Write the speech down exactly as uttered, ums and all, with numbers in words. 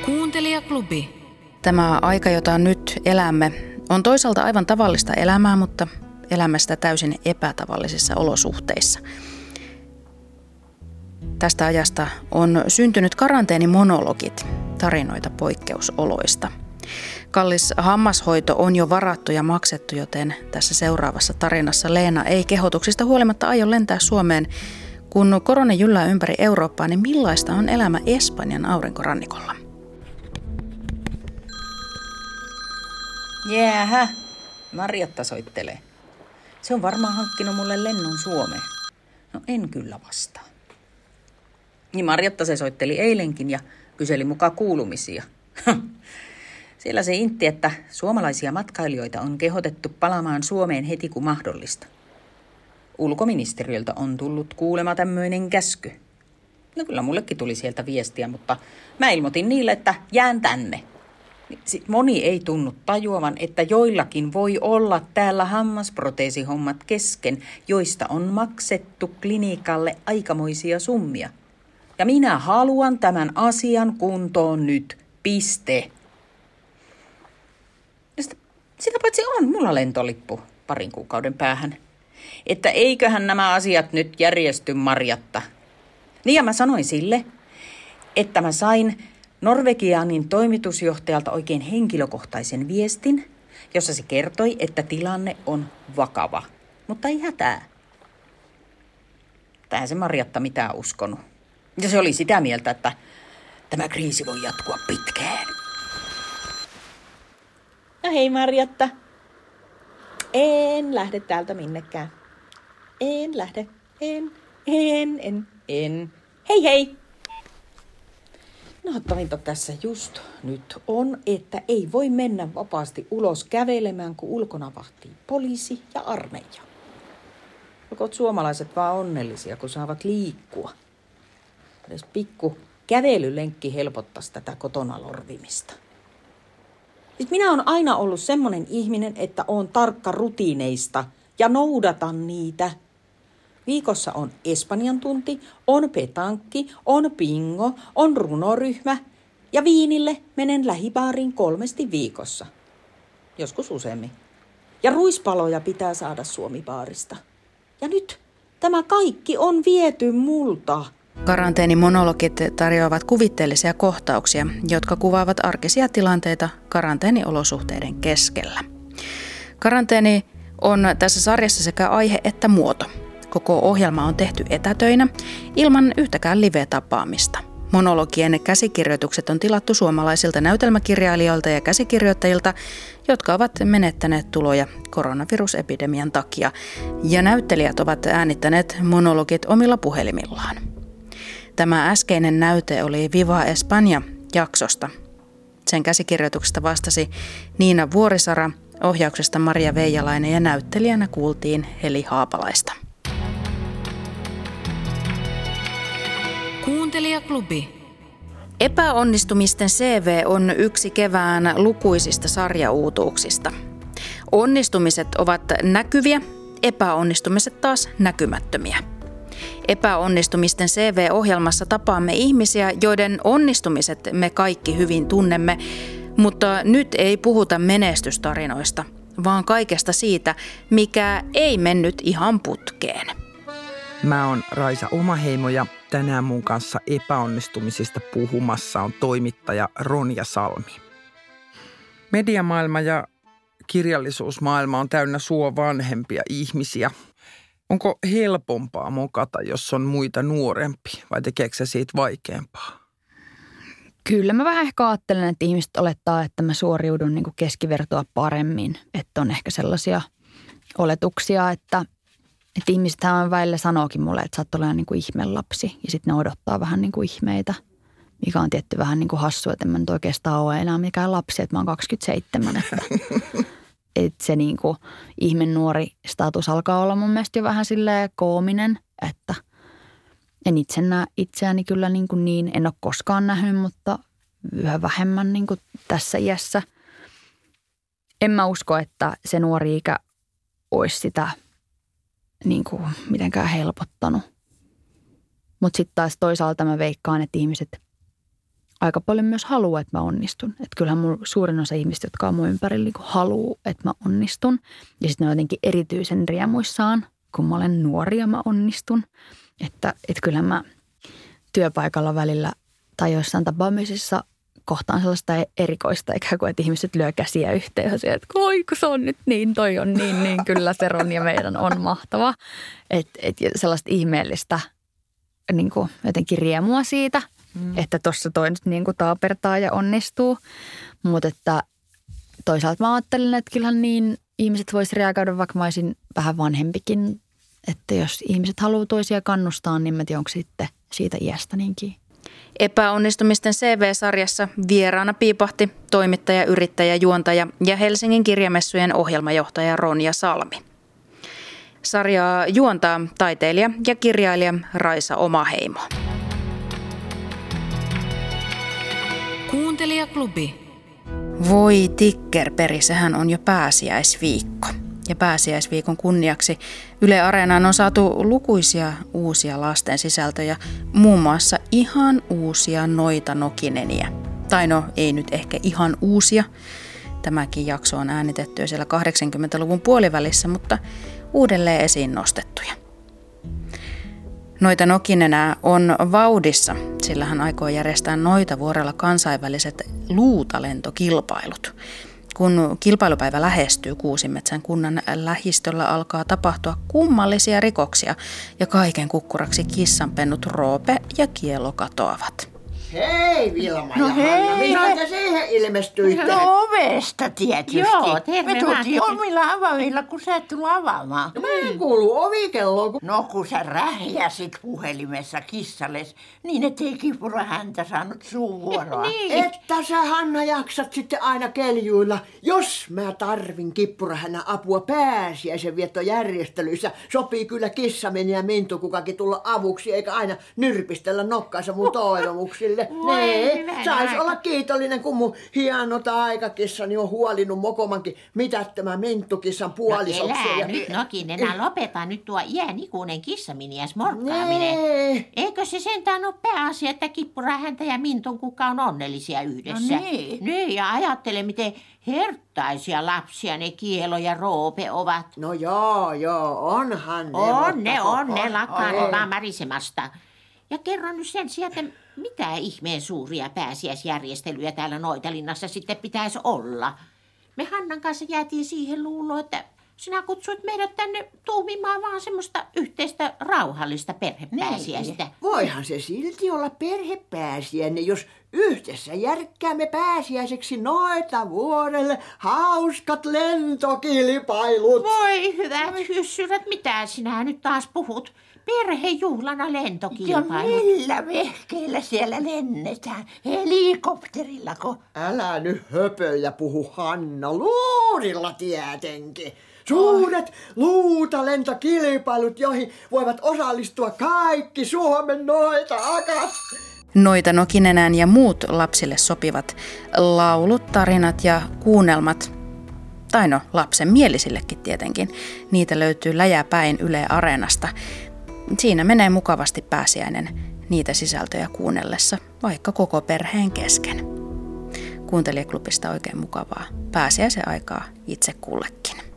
Kuuntelijaklubi. Tämä aika, jota nyt elämme, on toisaalta aivan tavallista elämää, mutta elämme sitä täysin epätavallisissa olosuhteissa. Tästä ajasta on syntynyt karanteenimonologit, tarinoita poikkeusoloista. Kallis hammashoito on jo varattu ja maksettu, joten tässä seuraavassa tarinassa Leena ei kehotuksista huolimatta aio lentää Suomeen. Kun korona jyllää ympäri Eurooppaa, niin millaista on elämä Espanjan aurinkorannikolla? Jäähä, Marjatta soittelee. Se on varmaan hankkinut mulle lennon Suomeen. No en kyllä vastaa. Niin Marjatta se soitteli eilenkin ja kyseli mukaan kuulumisia. Siellä se intti, että suomalaisia matkailijoita on kehotettu palaamaan Suomeen heti kun mahdollista. Ulkoministeriöltä on tullut kuulema tämmöinen käsky. No kyllä mullekin tuli sieltä viestiä, mutta mä ilmoitin niille, että jään tänne. Sitten moni ei tunnu tajuavan, että joillakin voi olla täällä hammasproteesihommat kesken, joista on maksettu klinikalle aikamoisia summia. Ja minä haluan tämän asian kuntoon nyt. Piste. Ja sitä, sitä paitsi on mulla lentolippu parin kuukauden päähän. Että eiköhän nämä asiat nyt järjesty, Marjatta. Niin ja mä sanoin sille, että mä sain Norvegianin toimitusjohtajalta oikein henkilökohtaisen viestin, jossa se kertoi, että tilanne on vakava, mutta ei hätää. Tähän se Marjatta mitään uskonut. Ja se oli sitä mieltä, että tämä kriisi voi jatkua pitkään. No hei Marjatta. En lähde täältä minnekään. En lähde. En, en, en, en. Hei hei! Inhottavinta tässä just nyt on, että ei voi mennä vapaasti ulos kävelemään, kun ulkona vahtii poliisi ja armeija. Olkoot suomalaiset vaan onnellisia, kun saavat liikkua. Edes pikku kävelylenkki helpottaisi tätä kotona lorvimista. Siis minä olen aina ollut semmoinen ihminen, että olen tarkka rutiineista ja noudatan niitä. Viikossa on Espanjan tunti, on petankki, on bingo, on runoryhmä ja viinille menen lähibaariin kolmesti viikossa. Joskus useammin. Ja ruispaloja pitää saada Suomi-baarista. Ja nyt tämä kaikki on viety multa. Karanteenimonologit tarjoavat kuvitteellisia kohtauksia, jotka kuvaavat arkisia tilanteita karanteeniolosuhteiden keskellä. Karanteeni on tässä sarjassa sekä aihe että muoto. Koko ohjelma on tehty etätöinä ilman yhtäkään live-tapaamista. Monologien käsikirjoitukset on tilattu suomalaisilta näytelmäkirjailijoilta ja käsikirjoittajilta, jotka ovat menettäneet tuloja koronavirusepidemian takia, ja näyttelijät ovat äänittäneet monologit omilla puhelimillaan. Tämä äskeinen näyte oli Viva España-jaksosta. Sen käsikirjoituksesta vastasi Niina Vuorisara, ohjauksesta Maria Veijalainen ja näyttelijänä kuultiin Heli Haapalaista. Kuuntelijaklubi. Epäonnistumisten C V on yksi kevään lukuisista sarjauutuuksista. Onnistumiset ovat näkyviä, epäonnistumiset taas näkymättömiä. Epäonnistumisten C V-ohjelmassa tapaamme ihmisiä, joiden onnistumiset me kaikki hyvin tunnemme, mutta nyt ei puhuta menestystarinoista, vaan kaikesta siitä, mikä ei mennyt ihan putkeen. Mä oon Raisa Omaheimo ja tänään mun kanssa epäonnistumisista puhumassa on toimittaja Ronja Salmi. Mediamaailma ja kirjallisuusmaailma on täynnä sua vanhempia ihmisiä. Onko helpompaa mokata, jos on muita nuorempi, vai tekeekö se siitä vaikeampaa? Kyllä mä vähän ehkä ajattelen, että ihmiset olettaa, että mä suoriudun niin kuin keskivertoa paremmin. Että on ehkä sellaisia oletuksia, että, että ihmisethän välillä sanookin mulle, että sä oot todella niin kuin ihmelapsi. Ja sitten ne odottaa vähän niin kuin ihmeitä, mikä on tietty vähän niin kuin hassu, että en mä nyt oikeastaan ole enää mikään lapsi, että mä oon kaksikymmentäseitsemän. Että, että se niin kuin ihmen nuori status alkaa olla mun mielestä jo vähän silleen koominen, että en itse näe itseäni kyllä niin, kuin niin, en ole koskaan nähnyt, mutta yhä vähemmän niin kuin tässä iässä. En mä usko, että se nuori ikä olisi sitä niin kuin mitenkään helpottanut. Mutta sitten taas toisaalta mä veikkaan, että ihmiset aika paljon myös haluaa, että mä onnistun. Että kyllähän mulla suurin osa ihmistä, jotka on mun ympärillä, niin haluaa, että mä onnistun. Ja sitten ne on jotenkin erityisen riemuissaan, kun mä olen nuori ja mä onnistun. Että, että kyllähän mä työpaikalla välillä tai joissain tapaamisissa kohtaan sellaista erikoista, ikään kuin, että ihmiset lyö käsiä yhteen ja se, että oi kun se on nyt niin, toi on niin, niin kyllä se on ja meidän on mahtava. Että et sellaista ihmeellistä niin kuin jotenkin riemua siitä, mm. että tuossa toi nyt niin kuin taapertaa ja onnistuu. Mutta että toisaalta mä ajattelin, että kyllähän niin ihmiset vois reagoida, vaikka mä olisin vähän vanhempikin. Että jos ihmiset haluaa toisia kannustaa, niin mä tiedän, onko sitten siitä iästä niinkin. Epäonnistumisten C V-sarjassa vieraana piipahti toimittaja, yrittäjä, juontaja ja Helsingin kirjamessujen ohjelmajohtaja Ronja Salmi. Sarjaa juontaa taiteilija ja kirjailija Raisa Omaheimo. Kuuntelijaklubi. Voi tikkerperi, sehän on jo pääsiäisviikko. Ja pääsiäisviikon kunniaksi Yle Areenaan on saatu lukuisia uusia lasten sisältöjä, muun muassa ihan uusia Noita Nokineniä. Tai no, ei nyt ehkä ihan uusia. Tämäkin jakso on äänitetty jo siellä kahdeksankymmentäluvun puolivälissä, mutta uudelleen esiin nostettuja. Noita Nokinenää on vauhdissa, sillä hän aikoo järjestää Noitavuorella kansainväliset luutalentokilpailut. Kun kilpailupäivä lähestyy, Kuusimetsän kunnan lähistöllä alkaa tapahtua kummallisia rikoksia ja kaiken kukkuraksi kissanpennut Roope ja Kielo katoavat. Hei Vilma No ja hei, Hanna, mihin no- te siihen ilmestyitte? No ovesta tietysti. Joo, terve Me tultiin omilla avaimilla, kun sä et tullut avaamaan. No, mä en kuulu ovikelloon, kun... No kun sä rähjäsit puhelimessa kissalles, niin ettei kipura häntä saanut suun vuoroa. Niin. Että sä Hanna jaksat sitten aina keljuilla. Jos mä tarvin kippurahännän apua pääsiäisen viettojärjestelyissä, sopii kyllä kissameni ja mintu kukakin tulla avuksi, eikä aina nyrpistellä nokkaansa mun toivomuksille. Voi Nee, hyvä sais aika. olla kiitollinen, kun mun hieno taikakissani on huolinut mokomankin mitättömän minttukissan No puolisoksia. elää nyt Nokinenä, lopeta nyt tuo iänikuinen kissaminiäs morkkaaminen. Nee. Eikö se sentään ole pääasia, että Kippura, häntä ja Mintun kuka on onnellisia yhdessä? No niin. Niin, ja ajattele, miten herttaisia lapsia ne Kielo ja Roope ovat. No joo, joo, onhan ne. On ne, mutta- on ne, lakkaan on. vaan marisemasta. Ja kerro nyt sen sieltä, mitä ihmeen suuria pääsiäisjärjestelyjä täällä Noitalinnassa sitten pitäisi olla. Me Hannan kanssa jäätiin siihen luuloon, että sinä kutsuit meidät tänne tuumimaan vaan semmoista yhteistä rauhallista perhepääsiäistä. Voihan se silti olla perhepääsiäinen, jos yhdessä järkkäämme pääsiäiseksi noita vuodelle hauskat lentokilpailut. Voi hyvät hyssyrät, mitä sinä nyt taas puhut? Perhejuhlana Ja lentokilpailut. millä vehkeillä siellä lennetään? Helikopterillako? Älä nyt höpöjä puhu, Hanna, luurilla tietenkin. Suuret luutalentokilpailut, joihin voivat osallistua kaikki Suomen noita akat. Noita Nokinenään ja muut lapsille sopivat laulut, tarinat ja kuunnelmat, tai no lapsen mielisillekin tietenkin, niitä löytyy läjäpäin Yle Areenasta. Siinä menee mukavasti pääsiäinen niitä sisältöjä kuunnellessa, vaikka koko perheen kesken. Kuuntelijaklubista oikein mukavaa pääsiäisen aikaa itse kullekin.